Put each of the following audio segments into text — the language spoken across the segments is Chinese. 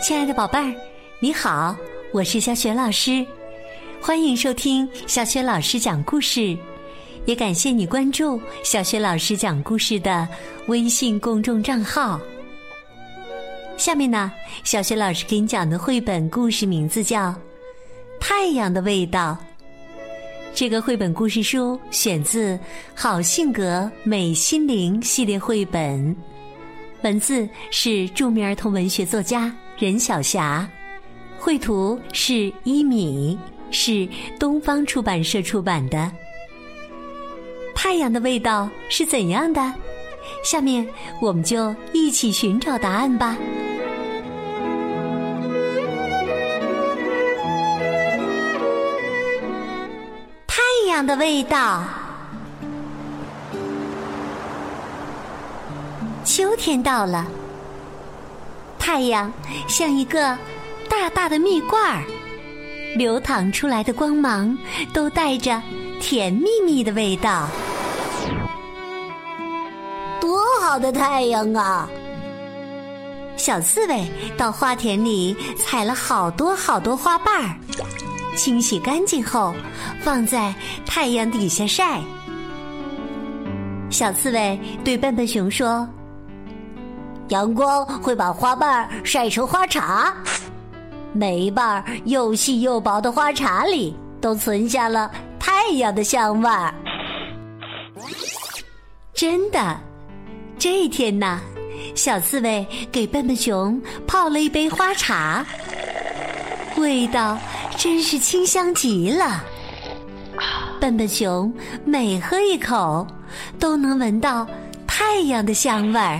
亲爱的宝贝儿，你好，我是小雪老师，欢迎收听小雪老师讲故事，也感谢你关注小雪老师讲故事的微信公众账号。下面呢，小雪老师给你讲的绘本故事名字叫《太阳的味道》。这个绘本故事书选自《好性格美心灵》系列绘本，文字是著名儿童文学作家任晓霞，绘图是一米，是东方出版社出版的。太阳的味道是怎样的？下面我们就一起寻找答案吧。太阳的味道。秋天到了，太阳像一个大大的蜜罐儿，流淌出来的光芒都带着甜蜜蜜的味道。 多好的太阳啊！ 小刺猬到花田里采了好多好多花瓣儿，清洗干净后放在太阳底下晒。小刺猬对笨笨熊说， 阳光会把花瓣晒成花茶，每一瓣又细又薄的花茶里都存下了太阳的香味儿。 真的，这一天呢，小刺猬给笨笨熊泡了一杯花茶，味道真是清香极了。笨笨熊每喝一口都能闻到太阳的香味儿。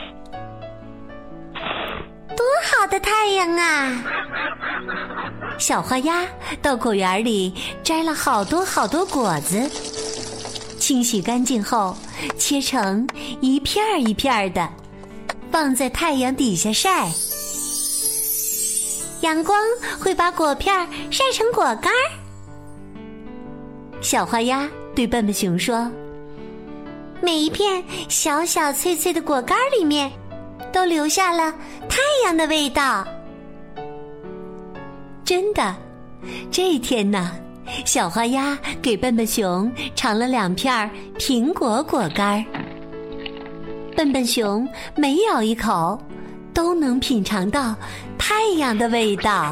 多好的太阳啊！小花鸭到果园里摘了好多好多果子，清洗干净后切成一片儿一片儿的，放在太阳底下晒。阳光会把果片晒成果干儿。小花鸭对笨笨熊说，每一片小小脆脆的果干里面都留下了太阳的味道。真的，这一天呢，小花鸭给笨笨熊尝了2片苹果果干，笨笨熊每咬一口都能品尝到太阳的味道。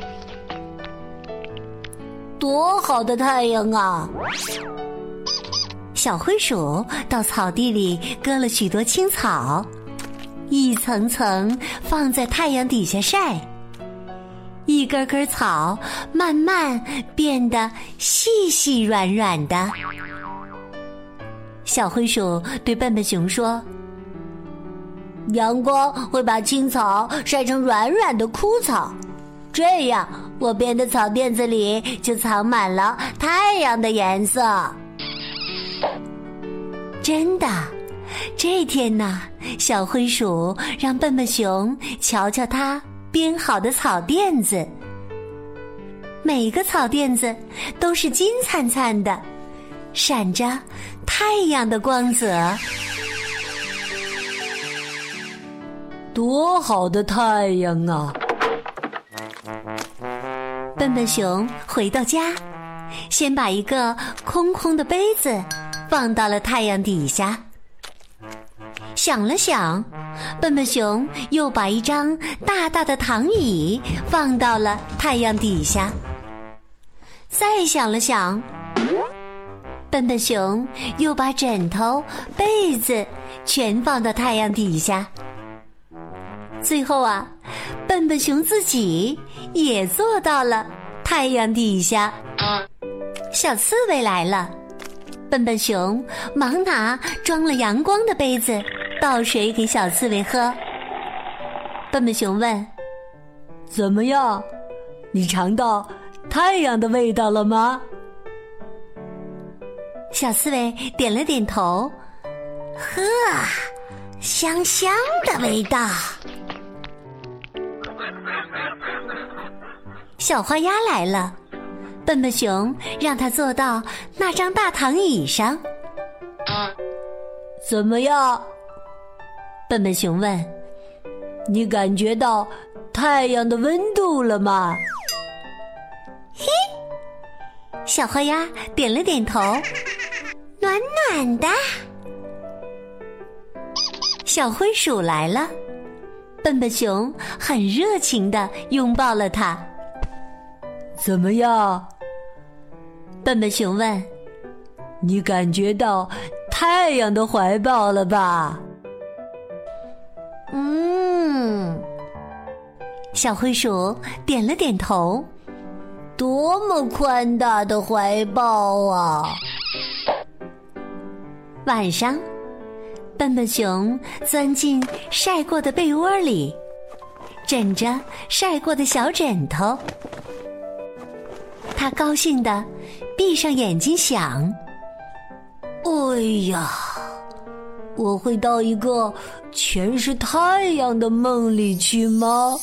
多好的太阳啊！ 小灰鼠到草地里割了许多青草，一层层放在太阳底下晒，一根根草慢慢变得细细软软的。小灰鼠对笨笨熊说， 阳光会把青草晒成软软的枯草，这样我编的草垫子里就藏满了太阳的颜色。 真的，这天呢，小灰鼠让笨笨熊瞧瞧它编好的草垫子，每个草垫子都是金灿灿的，闪着太阳的光泽。 多好的太阳啊！ 笨笨熊回到家，先把一个空空的杯子放到了太阳底下。想了想，笨笨熊又把一张大大的躺椅放到了太阳底下。再想了想，笨笨熊又把枕头、被子全放到太阳底下。最后啊，笨笨熊自己也坐到了太阳底下。小刺猬来了，笨笨熊忙拿装了阳光的杯子倒水给小刺猬喝。笨笨熊问， 怎么样，你尝到太阳的味道了吗？ 小刺猬点了点头， 呵，香香的味道。 小花鸭来了，笨笨熊让它坐到那张大躺椅上。 怎么样？ 笨笨熊问， 你感觉到太阳的温度了吗？ 嘿，小花鸭点了点头，暖暖的。小灰鼠来了，笨笨熊很热情地拥抱了它。 怎么样？ 笨笨熊问。 你感觉到太阳的怀抱了吧？ 小灰鼠点了点头。 多么宽大的怀抱啊！ 晚上，笨笨熊钻进晒过的被窝里，枕着晒过的小枕头。他高兴地闭上眼睛想： 哎呀，我会到一个全是太阳的梦里去吗？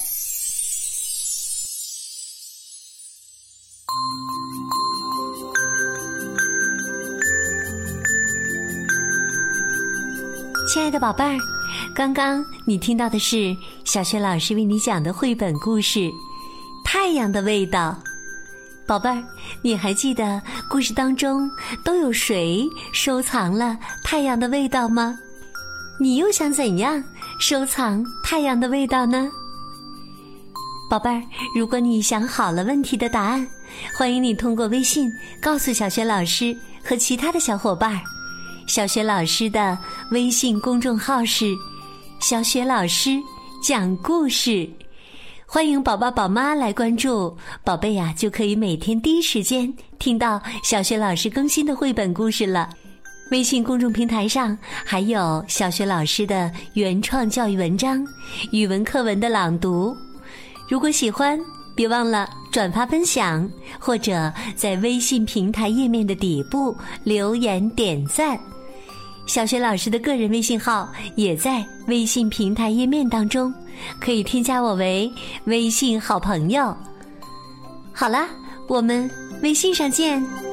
亲爱的宝贝儿，刚刚你听到的是小雪老师为你讲的绘本故事《太阳的味道》。宝贝儿，你还记得故事当中都有谁收藏了太阳的味道吗？你又想怎样收藏太阳的味道呢？宝贝儿，如果你想好了问题的答案，欢迎你通过微信告诉小雪老师和其他的小伙伴儿。小雪老师的微信公众号是小雪老师讲故事，欢迎宝宝宝妈来关注，宝贝呀就可以每天第一时间听到小雪老师更新的绘本故事了。微信公众平台上还有小雪老师的原创教育文章、语文课文的朗读。如果喜欢，别忘了转发分享，或者在微信平台页面的底部留言点赞。小雪老师的个人微信号也在微信平台页面当中，可以添加我为微信好朋友。好啦，我们微信上见。